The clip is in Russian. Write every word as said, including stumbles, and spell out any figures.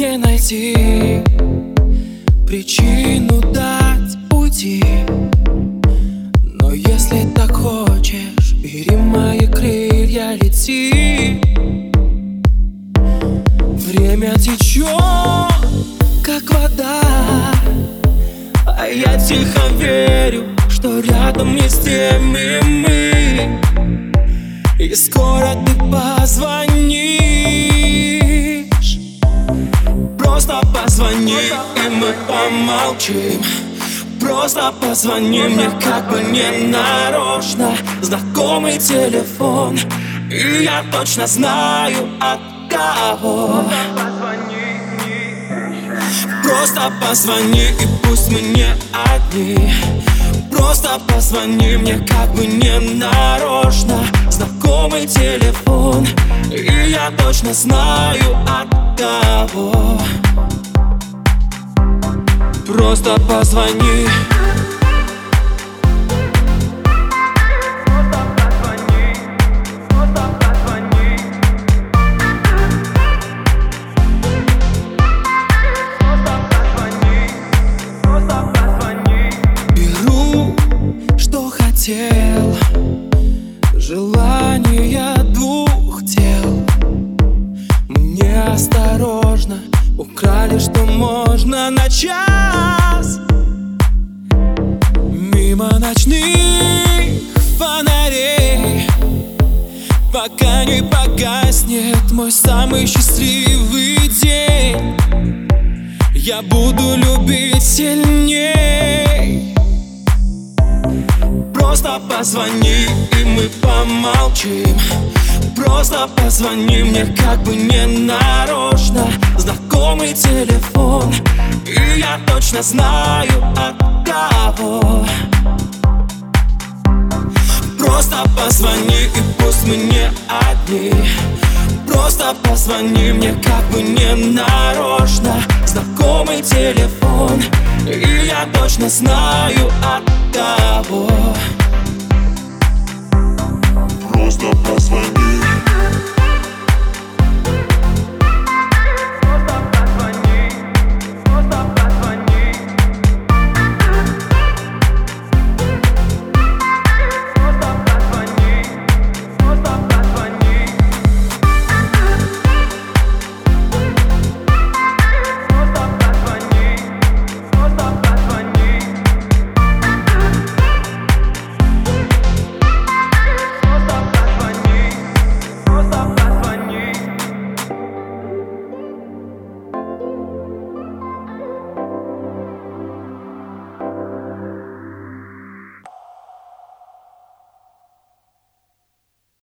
мне найти причину дать уйти. Но если так хочешь, бери мои крылья, лети. Время течет, как вода, а я тихо верю, что рядом не с теми мы. И скоро ты позвонишь. Просто позвони, и мы помолчим. Просто позвони мне, как бы не нарочно. Знакомый телефон, и я точно знаю, от кого. Просто позвони, и пусть мы не одни. Просто позвони мне, как бы не нарочно. Знакомый телефон, и я точно знаю, от кого. Просто позвони. Хотел желания двух тел. Мне осторожно украли, что можно на час. Мимо ночных фонарей, пока не погаснет мой самый счастливый день. Я буду любить сильней. Просто позвони, и мы помолчим. Просто позвони мне, как бы не нарочно. Знакомый телефон, и я точно знаю, от кого. Просто позвони, и пусть мы не одни. Просто позвони мне, как бы не нарочно. Знакомый телефон, и я точно знаю, от кого. Просто позвони.